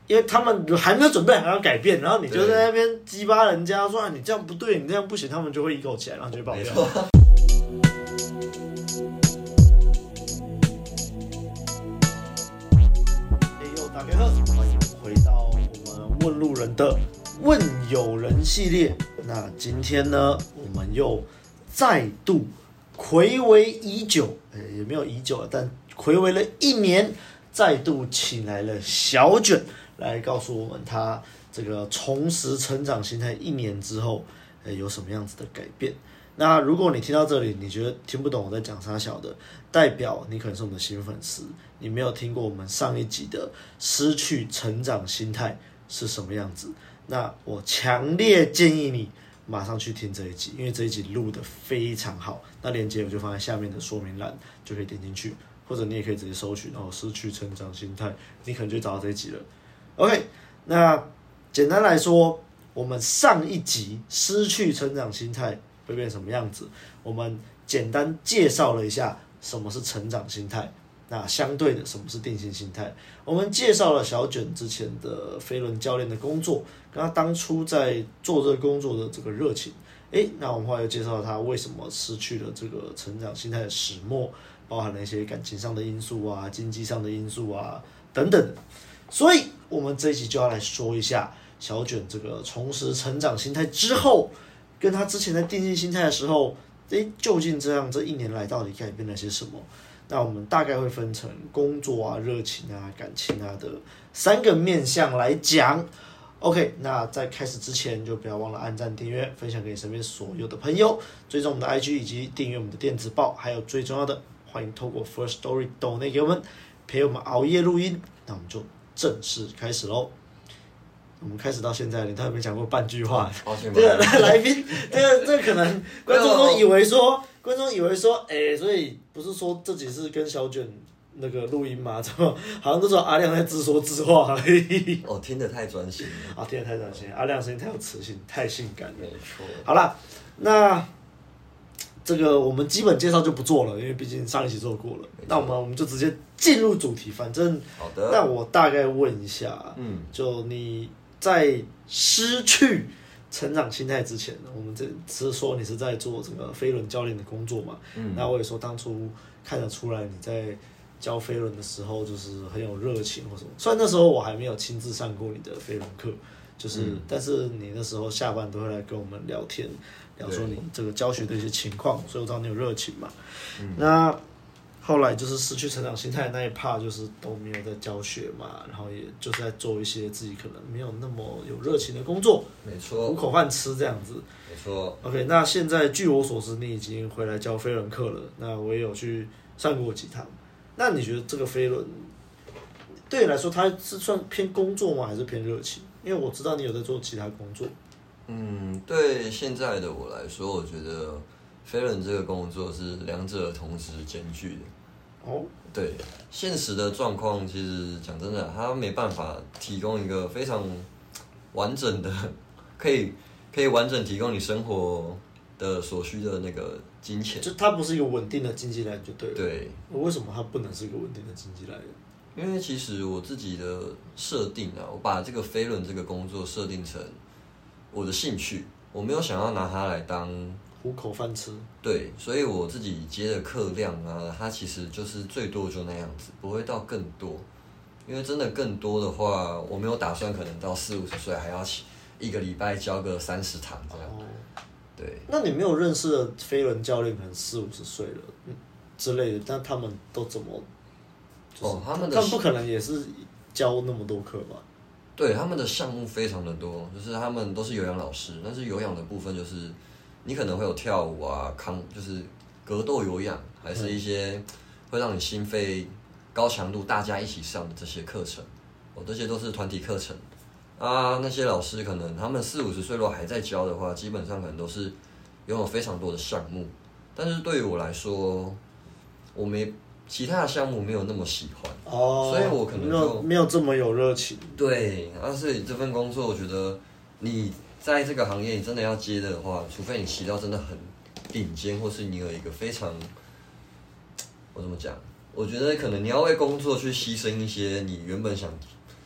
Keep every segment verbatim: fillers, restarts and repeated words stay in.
因为他们还没有准备好要改变，然后你就在那边激巴人家说、啊、你这样不对，你这样不行，他们就会 ego 起来，然后就会爆掉。哎呦，大家好，欢迎回到我们问路人的问友人系列。那今天呢，我们又再度睽违已久，也没有已久了，但睽违了一年，再度请来了小卷来告诉我们他这个重拾成长心态一年之后，有什么样子的改变。那如果你听到这里，你觉得听不懂我在讲啥小的，代表你可能是我们的新粉丝，你没有听过我们上一集的失去成长心态是什么样子。那我强烈建议你马上去听这一集，因为这一集录得非常好。那链接我就放在下面的说明栏，就可以点进去，或者你也可以直接搜寻，然后失去成长心态，你可能就找到这一集了。OK， 那简单来说，我们上一集失去成长心态会变成什么样子？我们简单介绍了一下什么是成长心态，那相对的什么是定型心态。我们介绍了小卷之前的飞轮教练的工作，跟他当初在做这个工作的这个热情。诶，那我们后来又介绍了他为什么失去了这个成长心态的始末，包含了一些感情上的因素啊、经济上的因素啊等等的。所以我们这一集就要来说一下小卷这个重拾成长心态之后，跟他之前在定性心态的时候，诶，究竟这样这一年来到底改变了些什么？那我们大概会分成工作啊、热情啊、感情啊的三个面向来讲。OK， 那在开始之前就不要忘了按赞、订阅、分享给你身边所有的朋友，追踪我们的 I G 以及订阅我们的电子报，还有最重要的，欢迎透过 First Story donate 给我们，陪我们熬夜录音。那我们就正式开始喽。我们开始到现在，你都还没讲过半句话。这个来宾，这个这个可能观众都以为说，观众以为说，哎、欸，所以不是说这集是跟小卷那个录音吗？怎么好像都是阿亮在自说自话而已？ 哦，听得太专心了。 啊，听得太专心，阿亮声音太有磁性，太性感了。 没错。 好啦，那这个我们基本介绍就不做了，因为毕竟上一期做过了。那我们我们就直接进入主题，反正好的。 那我大概问一下，嗯，就你在失去成长心态之前，我们这只是说你是在做这个飞轮教练的工作嘛？嗯，那我也说当初看得出来你在教飞轮的时候就是很有热情或什么。虽然那时候我还没有亲自上过你的飞轮课，就是、嗯，但是你那时候下班都会来跟我们聊天。聊说你这个教学的一些情况，所以我知道你有热情嘛。嗯、那后来就是失去成长心态那一 part， 就是都没有在教学嘛，然后也就是在做一些自己可能没有那么有热情的工作， 没错， 糊口饭吃这样子。 没错。 OK， 那现在据我所知，你已经回来教飞轮课了。那我也有去上过几堂。那你觉得这个飞轮对你来说，它是算偏工作吗，还是偏热情？因为我知道你有在做其他工作。 嗯，对现在的我来说，我觉得飞轮这个工作是两者同时兼具的。 哦， 对，现实的状况其实讲真的，它没办法提供一个非常完整的，可以可以完整提供你生活的所需的那个金钱。 就它不是一个稳定的经济来源就对了。 对。 为什么它不能是一个稳定的经济来源？ 因为其实我自己的设定啊，我把这个飞轮这个工作设定成我的兴趣，我没有想要拿它来当糊口饭吃。 对，所以我自己接的课量啊，它其实就是最多就那样子，不会到更多。因为真的更多的话，我没有打算可能到四五十岁还要一个礼拜教个三十堂这样。哦。对。 那你没有认识的飞轮教练可能四五十岁了，嗯之类的，但他们都怎么？就是、哦，他们的他们不可能也是教那么多课吧？ 对，他们的项目非常的多，就是他们都是有氧老师，但是有氧的部分就是你可能会有跳舞啊、康，就是格斗有氧，还是一些会让你心肺高强度大家一起上的这些课程，哦，这些都是团体课程啊。那些老师可能他们四五十岁如果还在教的话，基本上可能都是拥有非常多的项目，但是对于我来说，我没。其他的项目没有那么喜欢，哦，所以我可能就没有没有这么有热情。 对，啊，所以这份工作，我觉得你在这个行业，你真的要接的话，除非你骑到真的很顶尖，或是你有一个非常，我怎么讲？我觉得可能你要为工作去牺牲一些你原本想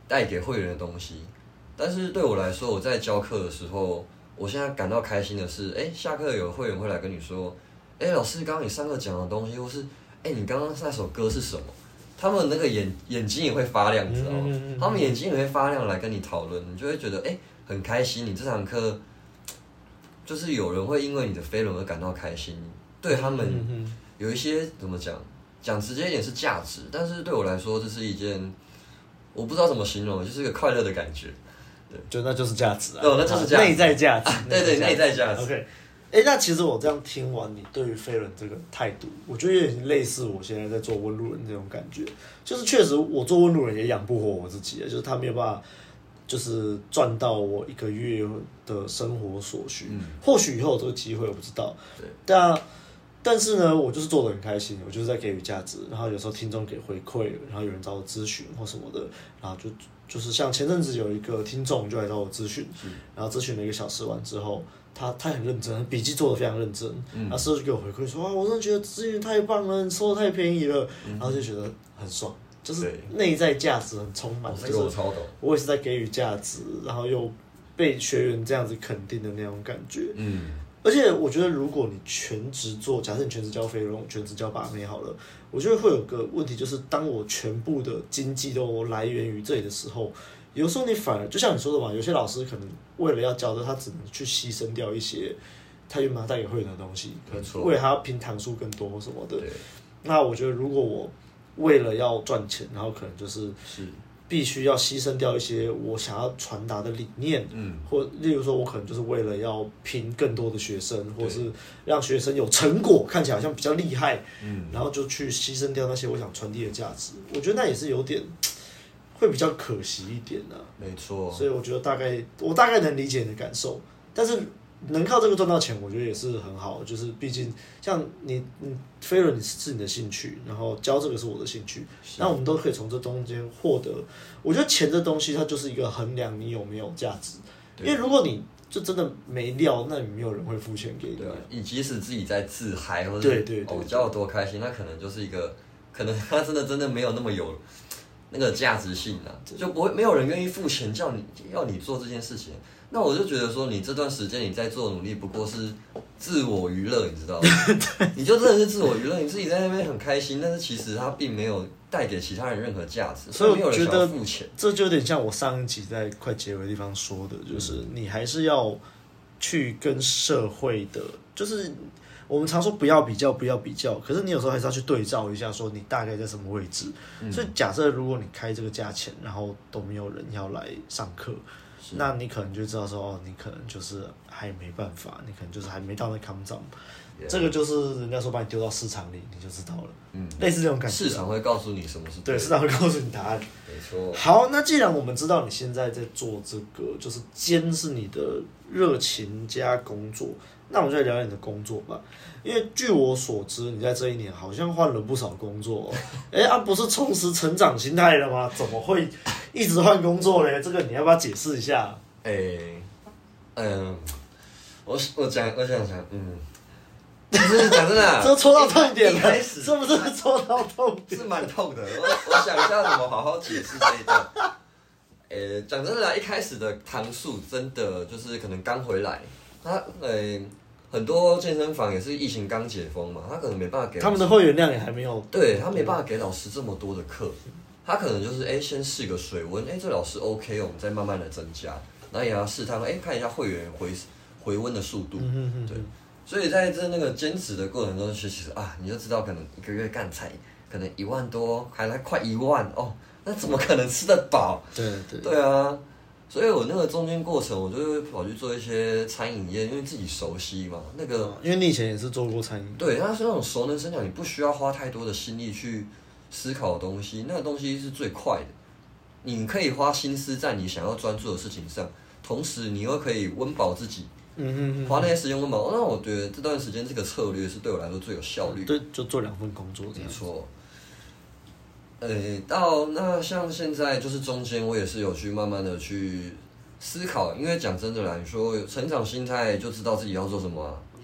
带给会员的东西。但是对我来说，我在教课的时候，我现在感到开心的是，哎，下课有会员会来跟你说，哎，老师，刚刚你上课讲的东西，或是哎，你刚刚那首歌是什么？他们那个眼眼睛也会发亮，你知道吗？嗯嗯嗯嗯他们眼睛也会发亮来跟你讨论，你就会觉得哎很开心。你这堂课就是有人会因为你的飞轮而感到开心，对他们有一些怎么讲？讲直接一点是价值，但是对我来说，这是一件我不知道怎么形容，就是一个快乐的感觉。对， 就那就是价值啊， 哦，那就是价值， 内在价值， 啊、对对，内在价值。 OK。哎，那其实我这样听完你对于飞轮这个态度，我觉得有点类似我现在在做温路人这种感觉，就是确实我做温路人也养不活我自己，就是他没有办法，就是赚到我一个月的生活所需。嗯、或许以后有这个机会，我不知道。对，但但是呢，我就是做得很开心，我就是在给予价值，然后有时候听众给回馈，然后有人找我咨询或什么的，然后就就是像前阵子有一个听众就来找我咨询，然后咨询了一个小时完之后。他他很认真，笔记做得非常认真，嗯、他事后就给我回馈说啊，我真的觉得资源太棒了，你收得太便宜了，嗯、然后就觉得很爽，就是内在价值很充满， 这个我超懂。 我也是在给予价值，然后又被学员这样子肯定的那种感觉。嗯，而且我觉得如果你全职做，假设你全职教飞轮，全职教把妹好了，我觉得会有个问题，就是当我全部的经济都来源于这里的时候。有时候你反而就像你说的嘛，有些老师可能为了要教的，他只能去牺牲掉一些他原本要带给会员的东西，可能为了他要拼堂数更多什么的。那我觉得如果我为了要赚钱，然后可能就是必须要牺牲掉一些我想要传达的理念，嗯，或例如说我可能就是为了要拼更多的学生，或是让学生有成果，看起来好像比较厉害，嗯，然后就去牺牲掉那些我想传递的价值。我觉得那也是有点。会比较可惜一点啊， 没错， 所以我觉得大概我大概能理解你的感受，但是能靠这个赚到钱，我觉得也是很好。就是毕竟像你，你飞轮你是你的兴趣，然后教这个是我的兴趣，那我们都可以从这中间获得。我觉得钱这东西它就是一个衡量你有没有价值，因为如果你就真的没料，那你没有人会付钱给你。 对，你即使自己在自嗨，或者对对对， 哦教得多开心，那可能就是一个，可能他真的真的没有那么有。那个价值性啊，就不会没有人愿意付钱叫你要你做这件事情。那我就觉得说，你这段时间你在做努力，不过是自我娱乐，你知道吗？你就真的是自我娱乐，你自己在那边很开心，但是其实它并没有带给其他人任何价值， 所以没有人想要付钱。 这就有点像我上一集在快结尾的地方说的，就是你还是要去跟社会的，就是。我们常说不要比较，不要比较，可是你有时候还是要去对照一下，说你大概在什么位置。嗯、所以假设如果你开这个价钱，然后都没有人要来上课，那你可能就知道说，哦，你可能就是还没办法，你可能就是还没到那 come down。Yeah. 这个就是人家说把你丢到市场里，你就知道了。嗯，类似这种感觉。 市场会告诉你什么是对，市场会告诉你答案。 没错。 好，那既然我们知道你现在在做这个，就是兼是你的热情加工作。那我们就来聊聊你的工作吧，因为据我所知，你在这一年好像换了不少工作、哦。哎啊，不是重拾成长心态了吗？怎么会一直换工作呢？这个你要不要解释一下？ 哎，嗯，我我讲我想讲，嗯，不是讲真的、啊， 这戳到痛点了， 开始是不是戳到痛点？ 是蛮痛的。我我想一下怎么好好解释这一段。呃，讲真的、啊，一开始的堂数真的就是可能刚回来。他呃，很多健身房也是疫情刚解封嘛，他可能没办法给他们的会员量也还没有， 对他没办法给老师这么多的课，他可能就是哎先试个水温，哎这老师 OK， 我们再慢慢的增加，然后也要试探哎看一下会员回回温的速度，嗯、对，所以在这那个兼职的过程中，其实啊你就知道可能一个月干才可能一万多，还来快一万哦，那怎么可能吃得饱？ 对对对啊。所以我那个中间过程，我就会跑去做一些餐饮业，因为自己熟悉嘛。那个， 因为你以前也是做过餐饮。 对，它是那种熟能生巧，你不需要花太多的心力去思考的东西，那个东西是最快的。你可以花心思在你想要专注的事情上，同时你又可以温饱自己。嗯嗯嗯。花那些时间温饱，那我觉得这段时间这个策略是对我来说最有效率。 对，就做两份工作。 没错。呃，到那像现在就是中间我也是有去慢慢的去思考，因为讲真的啦，你说成长心态就知道自己要做什么啊，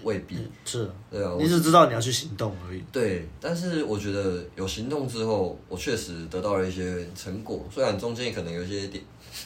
未必。 嗯、是， 对啊， 你只知道你要去行动而已。 对，但是我觉得有行动之后，我确实得到了一些成果，虽然中间可能有一些点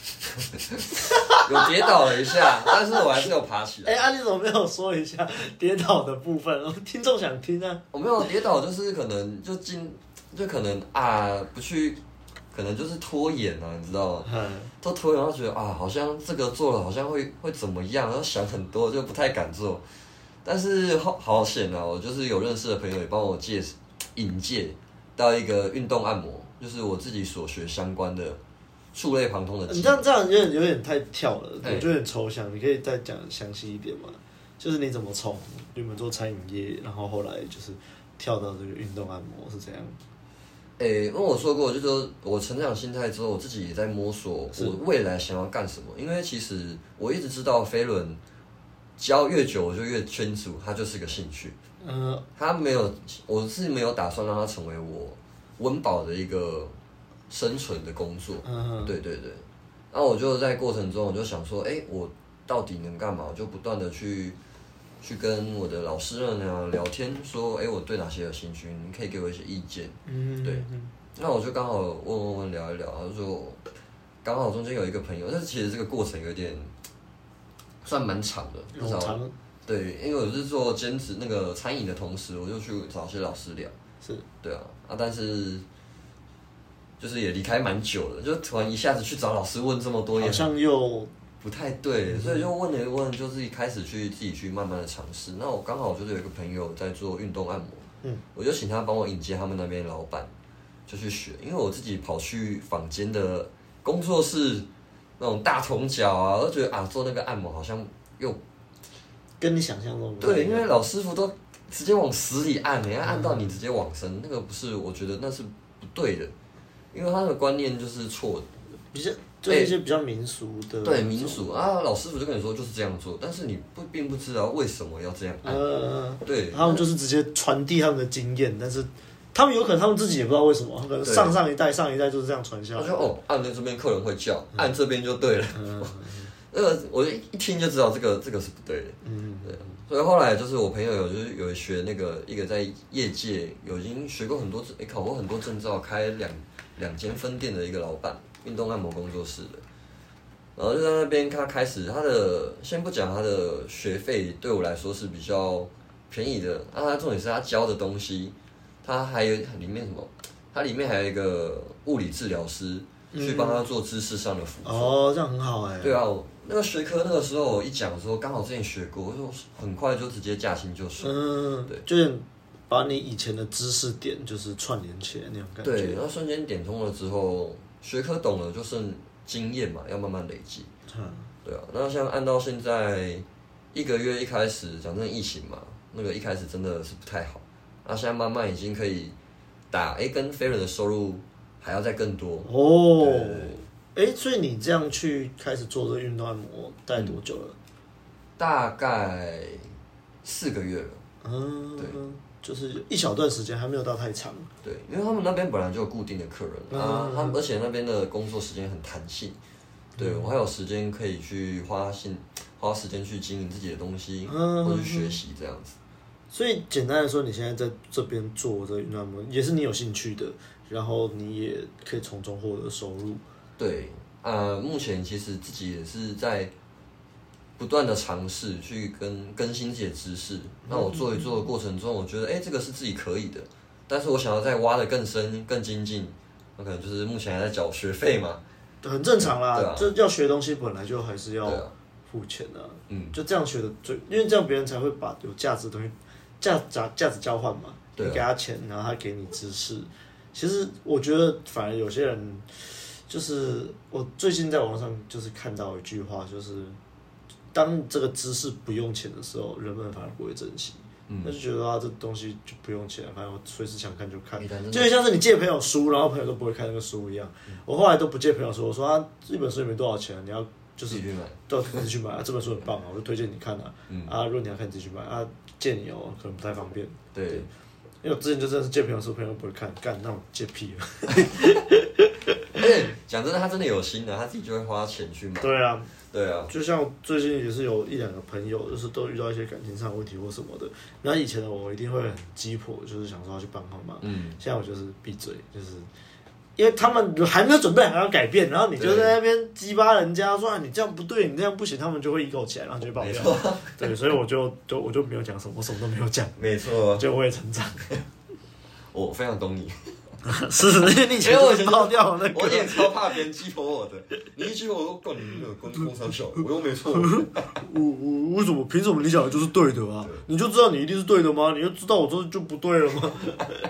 有跌倒了一下，但是我还是有爬起来。 哎、欸，啊，你怎么没有说一下跌倒的部分？听众想听啊。 我没有跌倒，就是可能就进，就可能啊不去。可能就是拖延啊，你知道吗？都拖延，然后觉得啊，好像这个做了，好像会会怎么样，然后想很多，就不太敢做。但是好好险啊，我就是有认识的朋友也帮我介引介到一个运动按摩，就是我自己所学相关的触类旁通的。 你这样这样有点有点太跳了，我觉得有点抽象。你可以再讲详细一点吗？就是你怎么从原本做餐饮业，然后后来就是跳到这个运动按摩是怎样？ 诶、欸，因为我说过，就是说我成长心态之后，我自己也在摸索我未来想要干什么。因为其实我一直知道飞轮教越久，我就越清楚，它就是个兴趣。嗯，它没有，我是没有打算让它成为我温饱的一个生存的工作。嗯，对对对。然后我就在过程中，我就想说，哎、欸，我到底能干嘛？我就不断的去。去跟我的老师们啊聊天，说，哎、欸，我对哪些有兴趣，你可以给我一些意见。嗯，对。那我就刚好问问问聊一聊，他说刚好中间有一个朋友，但是其实这个过程有点算蛮长的，至少对，因为我是做兼职那个餐饮的同时，我就去找些老师聊。是，对啊，啊，但是就是也离开蛮久了，就突然一下子去找老师问这么多， 好像又。 不太对，所以就问了一问，就是一开始去自己去慢慢的尝试。那我刚好就是有一个朋友在做运动按摩，嗯，我就请他帮我引荐他们那边老板，就去学。因为我自己跑去坊间的工作室那种大筒脚啊，我就觉得啊做那个按摩好像又跟你想象中对，因为老师傅都直接往死里按，你要按到你直接往生，那个不是，我觉得那是不对的，因为他的观念就是错的， 比较。就是一些比较民俗的、欸， 对民俗啊，老师傅就跟你说就是这样做，但是你不并不知道为什么要这样按。嗯，对， 他们就是直接传递他们的经验，但是他们有可能他们自己也不知道为什么，可能上上一代、上一代就是这样传下来。 他说哦，按在这边客人会叫，按这边就对了。嗯，那个我一一听就知道这个这个是不对的。嗯，对。所以后来就是我朋友有就是有学那个一个在业界有已经学过很多也考过很多证照，开两两间分店的一个老板。运动按摩工作室的，然后就在那边，他开始他的先不讲他的学费，对我来说是比较便宜的。啊，他重点是他教的东西，他还有里面什么？他里面还有一个物理治疗师去帮他做姿势上的辅助。 哦，这样很好哎。 对啊，那个学科那个时候我一讲的时候，刚好之前学过，就很快就直接驾轻就熟。嗯， 对，就是把你以前的知识点就是串联起来那种感觉。 对，然后瞬间点通了之后。学科懂了就剩经验嘛，要慢慢累积。嗯，对啊。那像按到现在一个月一开始，讲真疫情嘛，那个一开始真的是不太好。那现在慢慢已经可以打，哎、欸，跟飞人的收入还要再更多。 哦，哎、欸，所以你这样去开始做这个运动按摩，大概多久了？嗯、 大概四个月了。 嗯，对。就是一小段时间，还没有到太长。 对，因为他们那边本来就有固定的客人、嗯、啊，他而且那边的工作时间很弹性，对、嗯、我还有时间可以去花心花时间去经营自己的东西，嗯、或者去学习这样子。 所以简单的说，你现在在这边做这个运动按摩，也是你有兴趣的，然后你也可以从中获得收入。 对，呃，目前其实自己也是在。不断的尝试去跟更新自己的知识，那我做一做的过程中，我觉得哎、欸，这个是自己可以的，但是我想要再挖得更深、更精进，那可能就是目前还在缴学费嘛， 很正常啦。啊、这要学东西本来就还是要付钱的、啊，嗯，就这样学的最，因为这样别人才会把有价值的东西价价价值交换嘛，你给他钱，然后他给你知识。其实我觉得反而有些人，就是我最近在网络上就是看到一句话，就是。当这个知识不用钱的时候，人们反而不会珍惜，嗯、那就觉得啊，这东西就不用钱，反正我随时想看就看，就很像是你借朋友书，然后朋友都不会看那个书一样。嗯、我后来都不借朋友书，我说啊，这本书也没多少钱，你要就是都自己去买啊，这本书很棒啊，我就推荐你看啊。嗯、啊，如果你要看，你自己去买啊，借你哦，可能不太方便。对，对因为我之前就真的是借朋友书，朋友都不会看，干那种借屁了。 讲真的，他真的有心的，他自己就会花钱去买。 对啊， 对啊， 就像最近也是有一两个朋友，就是都遇到一些感情上的问题或什么的。然后以前的我一定会很鸡婆，就是想说要去帮他忙。嗯，现在我就是闭嘴，就是因为他们还没有准备好要改变，然后你就在那边激巴人家说啊你这样不对，你这样不行，他们就会 ego 起来，然后就会爆掉。对，所以我就就我就没有讲什么，我什么都没有讲。 没错， 就我也成长。 我非常懂你。 是，因为你以前就是爆掉那个， 我也超怕别人激活我的。你一激活我说干你那个工工商小，我又没错。 我我为什么凭什么你讲的就是对的啊？你就知道你一定是对的吗？你就知道我这就不对了吗？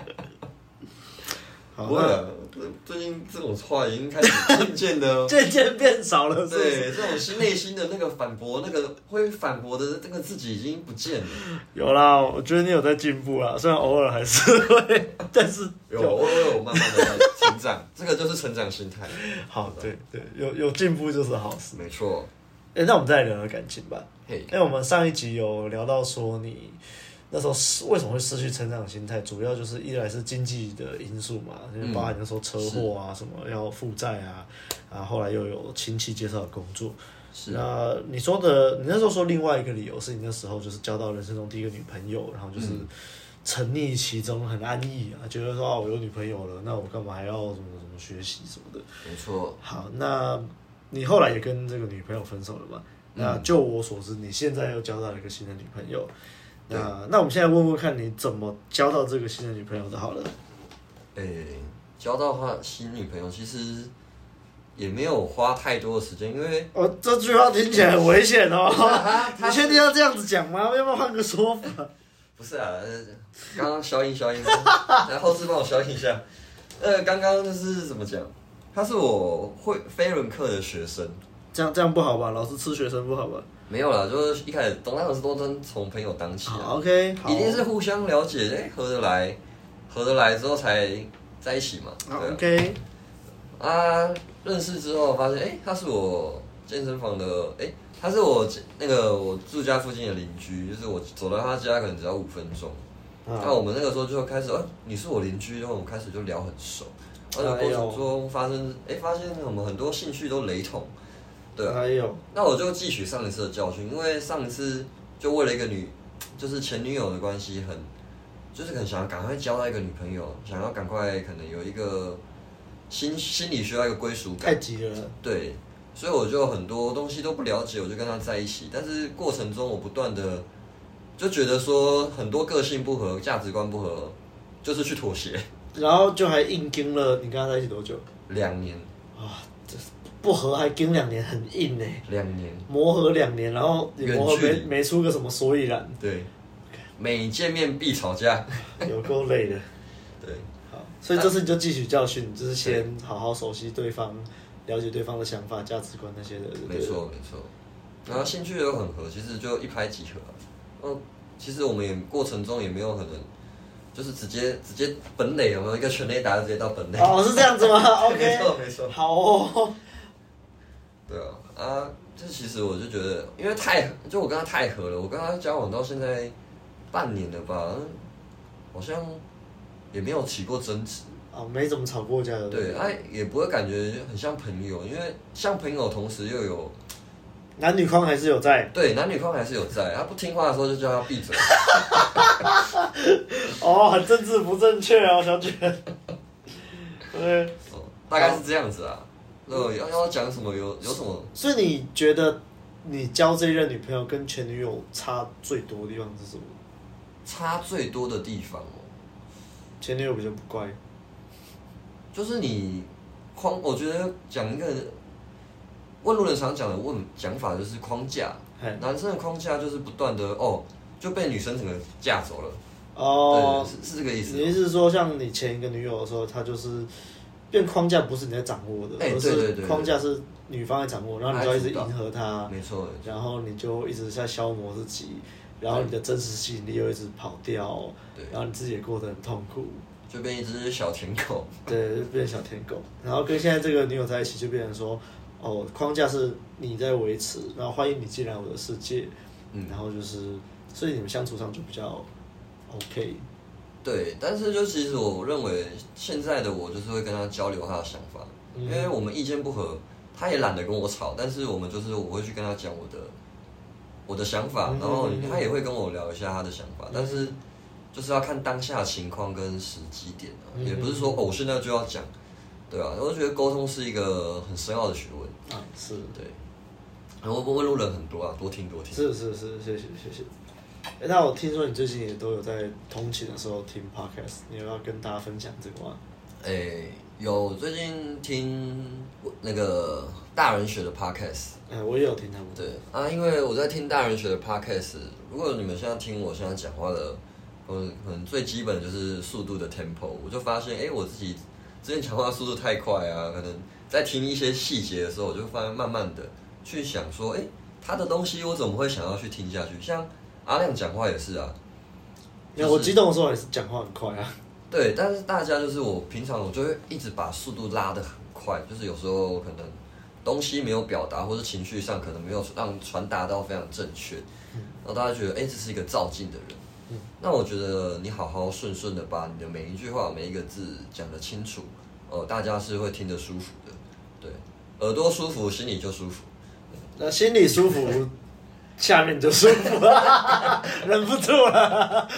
不会啊，最近这种话已经开始渐渐的渐渐变少了。 对，这种心内心的那个反驳，那个会反驳的这个自己已经不见了。 有啦，我觉得你有在进步啦，虽然偶尔还是会，但是有我有慢慢的在成长，这个就是成长心态。 好，对对，有有进步就是好事。 没错。 哎、欸，那我们再来聊聊感情吧。 嘿， 因为我们上一集有聊到说你。那时候为什么会失去成长心态？主要就是一来是经济的因素嘛，就是包含那时候车祸啊，什么要负债啊，啊，后来又有亲戚介绍的工作。是。那你说的，你那时候说另外一个理由是你那时候就是交到人生中第一个女朋友，然后就是沉溺其中很安逸啊，觉得说啊我有女朋友了，那我干嘛还要什么什么学习什么的？ 没错。 好，那你后来也跟这个女朋友分手了嘛？嗯、那就我所知，你现在又交到了一个新的女朋友。那那我们现在问问看你怎么交到这个新的女朋友的好了。 诶、欸，交到她新女朋友其实也没有花太多的时间，因为哦这句话听起来很危险哦。你确定要这样子讲吗？要不要换个说法？ 不是啊，刚刚消音消音，来后置帮我消音一下。呃，刚刚就是怎么讲？他是我会飞轮课的学生。 这样这样不好吧？老师吃学生不好吧？ 没有啦，就是一开始当老师都真从朋友当起啊。 好 OK， 好， 一定是互相了解，哎、欸，合得来，合得来之后才在一起嘛。 好 OK。 啊，认識之後發現，哎、欸，他是我健身房的，哎、欸，他是我那個我住家附近的鄰居，就是我走到他家可能只要五分鐘。那、啊、我們那個時候就開始，哎、欸，你是我鄰居，然後我們開始就聊很熟。而且過程中發生，哎、欸，發現我們很多興趣都雷同。對啊， 還有， 那我就汲取上一次的教訓，因為上一次就為了一個女，就是前女友的關係很，就是很想要趕快交到一個女朋友，想要趕快可能有一個心心裡需要一個歸屬感。 太急了。對， 所以我就很多東西都不了解，我就跟她在一起，但是過程中我不斷的就覺得說很多個性不合，價值觀不合，就是去妥協。 然後就還硬撐了，你跟她在一起多久？ 兩年。 啊，這不合還跟兩年，很硬哎。 兩年。 磨合兩年，然後你磨合沒沒出個什麼所以然。 對。每見面必吵架。 有夠累的。 對。 好，所以這次你就汲取教訓，就是先好好熟悉對方，了解對方的想法、價值觀那些的。 沒錯沒錯。然後興趣又很合，其實就一拍即合。嗯，其實我們也過程中也沒有可能。就是直接直接本壘有沒有一個全壘打直接到本壘？ 哦，是這樣子嗎？OK， 沒錯沒錯。 好哦。 對啊，啊，這其實我就覺得，因為太就我跟他太合了，我跟他交往到現在半年了吧，好像也沒有起過爭執。 哦，沒怎麼吵過架的。 對，啊，也不會感覺很像朋友，因為像朋友同時又有。 男女框還是有在， 對，男女框還是有在。他不聽話的時候就叫他閉嘴。 哦，很政治不正確哦，小卷。對、 哦，大概是這樣子啊。呃，要要講什麼有有什麼？ 所以你覺得你交這一任女朋友跟前女友差最多的地方是什麼？ 差最多的地方哦， 前女友比較不乖。 就是你框，我覺得講一個。問路人常講的問講法就是框架，男生的框架就是不斷的哦，就被女生整個架走了。哦，是是這個意思。 你意思是說，像你前一個女友的時候，她就是變框架不是你在掌握的， 欸、而是框架是女方在掌握，然後你就要一直迎合她， 沒錯， 然後你就一直在消磨自己，然後你的真實吸引力又一直跑掉，然後你自己也過得很痛苦， 就變一隻小舔狗。 對，就變小舔狗，然後跟現在這個女友在一起，就變成說。哦，框架是你在維持，然後歡迎你進來我的世界，嗯，然後就是，所以你們相處上就比較 OK。 對，但是就其實我認為現在的我就是會跟他交流他的想法， 嗯、因为我们意见不合，他也懒得跟我吵，但是我们就是我会去跟他讲我的我的想法，然后他也会跟我聊一下他的想法，嗯、但是就是要看当下情况跟时机点、啊嗯、也不是说哦我现在就要讲，对啊，我觉得沟通是一个很深奥的学问啊， 是对，然后问路人很多啊，多听多听， 是是是，谢谢谢谢。哎、欸，那我听说你最近也都有在通勤的时候听 podcast， 你有要跟大家分享这个吗？ 哎、欸，有最近听那个大人学的 podcast， 哎、欸，我也有听他们。 对啊，因为我在听大人学的 podcast， 如果你们现在听我现在讲话的，嗯，可能最基本就是速度的 tempo， 我就发现，哎、欸，我自己之前讲话速度太快啊，可能在听一些细节的时候，我就发现慢慢的去想说，哎、欸，他的东西我怎么会想要去听下去？像阿亮讲话也是啊， 就是、我激动的时候也是讲话很快啊。 对，但是大家就是我平常我就会一直把速度拉得很快，就是有时候可能东西没有表达，或是情绪上可能没有让传达到非常正确，嗯、然后大家觉得哎、欸，这是一个躁进的人。嗯、那我觉得你好好顺顺的把你的每一句话、每一个字讲得清楚，呃，大家是会听得舒服的。对，耳朵舒服，心里就舒服。 那心里舒服。下面就舒服了，忍不住了。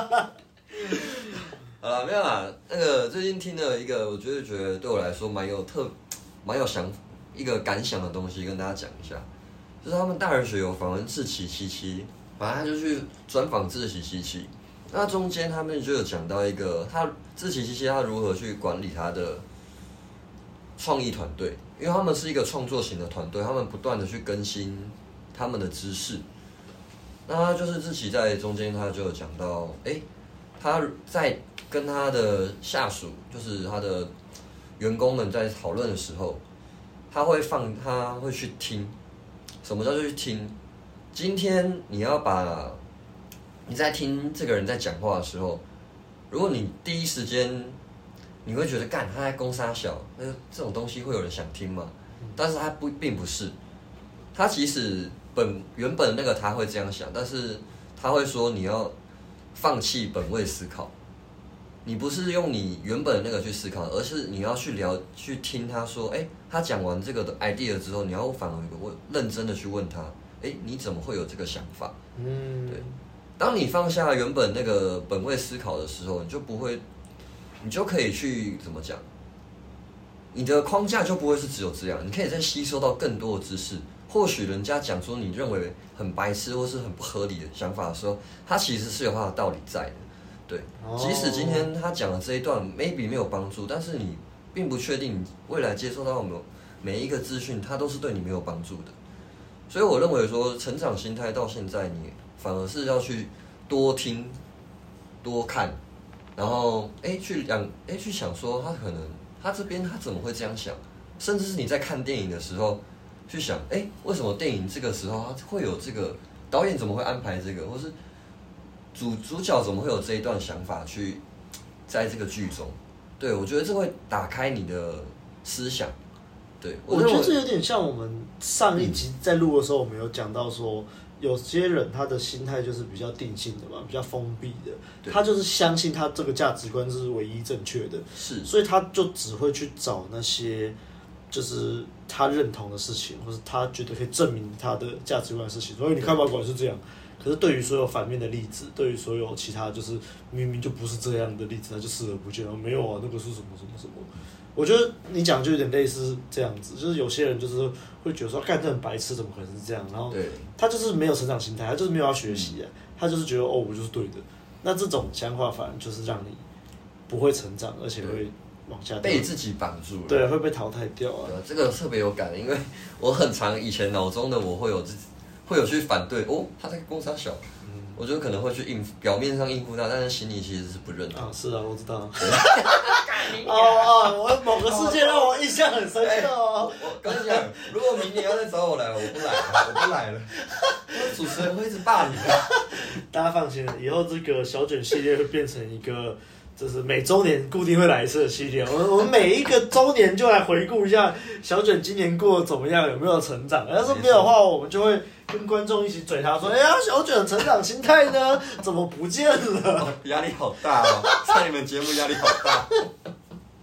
好了，没有啦。那个最近听了一个，我觉得觉得对我来说蛮有特、蛮有想一个感想的东西，跟大家讲一下。就是他们大人学有访问志祺七七，反正他就去专访志祺七七。那中间他们就有讲到一个，他志祺七七他如何去管理他的创意团队，因为他们是一个创作型的团队，他们不断的去更新他们的知识。那他就是志祺在中间他就有讲到，哎、欸，他在跟他的下属，就是他的员工们在讨论的时候，他会放，他会去听。什么叫做去听？今天你要把你在听这个人在讲话的时候，如果你第一时间你会觉得干他在攻杀小，那这种东西会有人想听吗？但是他不并不是，他其实本原本那个他会这样想，但是他会说你要放弃本位思考，你不是用你原本那个去思考，而是你要去聊去听他说，哎、欸，他讲完这个的 idea 之后，你要反而问认真的去问他，哎、欸，你怎么会有这个想法？嗯，对。当你放下原本那个本位思考的时候，你就不会，你就可以去怎么讲？你的框架就不会是只有这样，你可以再吸收到更多的知识。或许人家讲出你认为很白痴或是很不合理的想法的时候，他其实是有他的道理在的。对，即使今天他讲的这一段 maybe 没有帮助，但是你并不确定你未来接受到每每一个资讯，它都是对你没有帮助的。所以我认为说，成长心态到现在，你反而是要去多听、多看，然后哎去想，哎去想说他可能他这边他怎么会这样想，甚至是你在看电影的时候去想，哎为什么电影这个时候他会有这个导演怎么会安排这个，或是主主角怎么会有这一段想法去在这个剧中？对，我觉得这会打开你的思想。对， 我, 我觉得这有点像我们上一集在录的时候，我们有讲到说，有些人他的心态就是比较定性的嘛，比较封闭的，他就是相信他这个价值观是唯一正确的， 是， 所以他就只会去找那些就是他认同的事情，或是他觉得可以证明他的价值观的事情。所以你看吧，果然是这样。可是对于所有反面的例子，对于所有其他就是明明就不是这样的例子，他就视而不见。没有啊，那个是什么什么什么。我觉得你讲就有点类似这样子，就是有些人就是会觉得说，干这很白痴，怎么可能是这样？然后他就是没有成长心态，他就是没有要学习，他就是觉得哦，我就是对的。那这种想法反而就是让你不会成长，而且会往下被自己绑住了， 对，会被淘汰掉啊。 这个特别有感，因为我很常以前脑中的我会有自己会有去反对哦，他在攻杀小。我觉得可能会去应付，表面上应付他，但是心里其实是不认同。 啊，是啊，我知道。哦哦，我某个事件让我印象很深刻哦。 我跟你讲，如果明年要再找我来，我不来了，我不来了。主持人会一直霸凌的。 大家放心了，以后这个小卷系列会变成一个，就是每周年固定会来一次的系列。我们我们每一个周年就来回顾一下小卷今年过得怎么样，有没有成长。要是没有的话，我们就会跟观众一起嘴他说：“哎呀，小卷成长心态呢，怎么不见了？” 压力好大哦，上你们节目压力好大。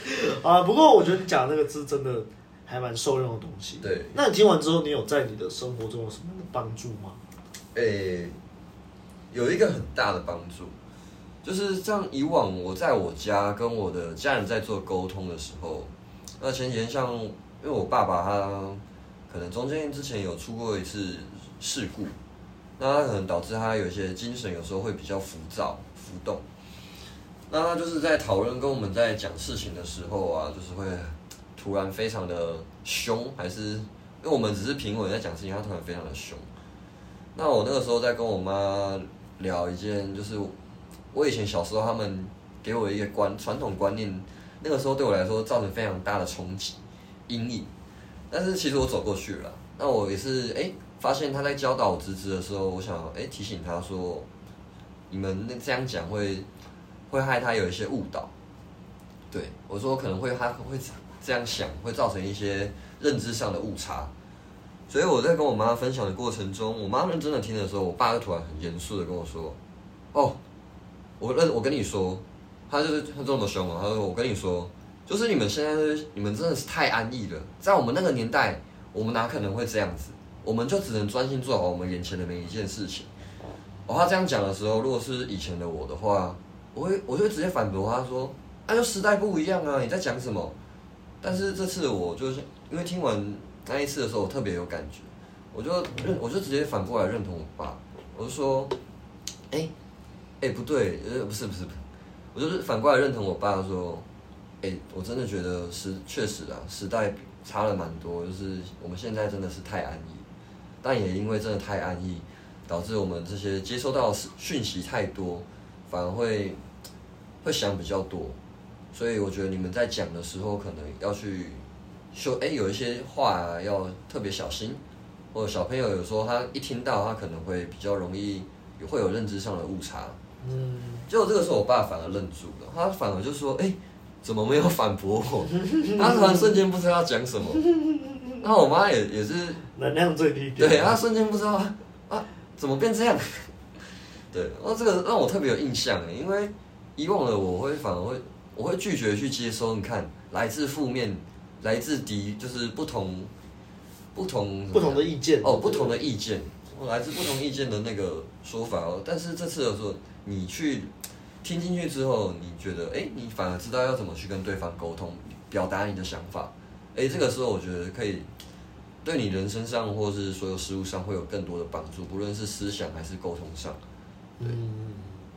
啊，不过我觉得你讲的那个字真的还蛮受用的东西。 对， 那你听完之后，你有在你的生活中有什么样的帮助吗？ 诶、欸，有一个很大的帮助，就是像以往我在我家跟我的家人在做沟通的时候，那前几天像因为我爸爸他可能中间之前有出过一次事故，那他可能导致他有一些精神有时候会比较浮躁浮动。那他就是在讨论跟我们在讲事情的时候啊，就是会突然非常的凶，还是因为我们只是平稳在讲事情，他突然非常的凶。那我那个时候在跟我妈聊一件，就是我以前小时候他们给我一个观传统观念，那个时候对我来说造成非常大的冲击阴影。但是其实我走过去了，那我也是哎、欸、发现他在教导我侄子的时候，我想哎、欸、提醒他说，你们这样讲会会害他有一些误导。对我说可能会他会这样想，会造成一些认知上的误差。所以我在跟我妈分享的过程中，我妈认真的听的时候，我爸就突然很严肃的跟我说：“哦，我认我跟你说，他就是他这么凶啊，他说我跟你说，就是你们现在你们真的是太安逸了，在我们那个年代，我们哪可能会这样子？我们就只能专心做好我们眼前的每一件事情。”哦，他这样讲的时候，如果是以前的我的话，我会我就会直接反驳他说：“啊，就时代不一样啊，你在讲什么？”但是这次我就是因为听完那一次的时候，我特别有感觉，我就我就直接反过来认同我爸，我就说，哎、欸，哎、欸、不对，呃不是不是，我就是反过来认同我爸说，哎、欸，我真的觉得时确实啊，时代差了蛮多，就是我们现在真的是太安逸，但也因为真的太安逸，导致我们这些接收到的讯息太多，反而会会想比较多，所以我觉得你们在讲的时候，可能要去。说哎、欸，有一些话、啊、要特别小心，或者小朋友有时候他一听到，他可能会比较容易会有认知上的误差。嗯，结果这个时候我爸反而愣住了，他反而就说：“哎、欸，怎么没有反驳我？”他突然瞬间不知道要讲什么。然后我妈也也是能量最低点， 对，他瞬间不知道啊怎么变这样。对，然后这个让我特别有印象，因为以往的我会反而会我会拒绝去接收，你看来自负面。来自敌就是不同不同不同的意见哦，不同的意见，来自不同意见的那个说法哦。但是这次的时候，你去听进去之后，你觉得哎、欸，你反而知道要怎么去跟对方沟通，表达你的想法。哎、欸，这个时候我觉得可以对你人生上或是所有事物上会有更多的帮助，不论是思想还是沟通上。对。 嗯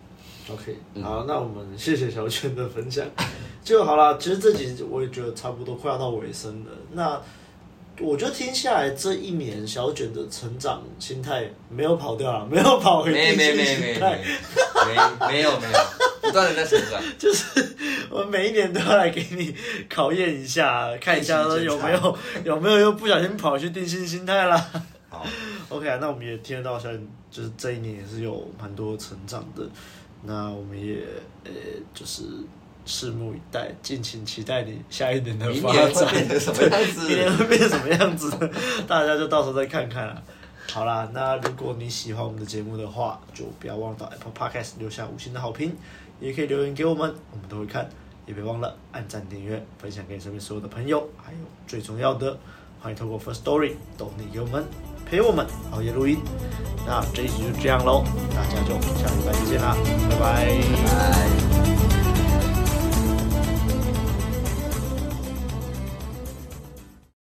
OK， 好，那我们谢谢小卷的分享，就好了。其实这集我也觉得差不多快要到尾声了。那我觉得听下来这一年，小卷的成长心态没有跑掉了，没有跑回没没没没没没有没有，不断的在成长。 就是我每一年都要来给你考验一下，看一下说有没有有没有又不小心跑去定性心态啦。 好 ，OK 啊，那我们也听得到小卷，就是这一年也是有蛮多成长的。那我们也呃，就是拭目以待，敬请期待你下一年的发展， 明年会变成什么样子？ 明年会变成什么样子？大家就到时候再看看啦。好啦，那如果你喜欢我们的节目的话，就不要忘了到 Apple Podcast 留下五星的好评，也可以留言给我们，我们都会看。也别忘了按赞、订阅、分享给你身边所有的朋友，还有最重要的，欢迎透过 First Story 抖内给我们，陪我们熬夜录音。那这一集就这样咯，大家就下礼拜见啦，拜拜。 拜。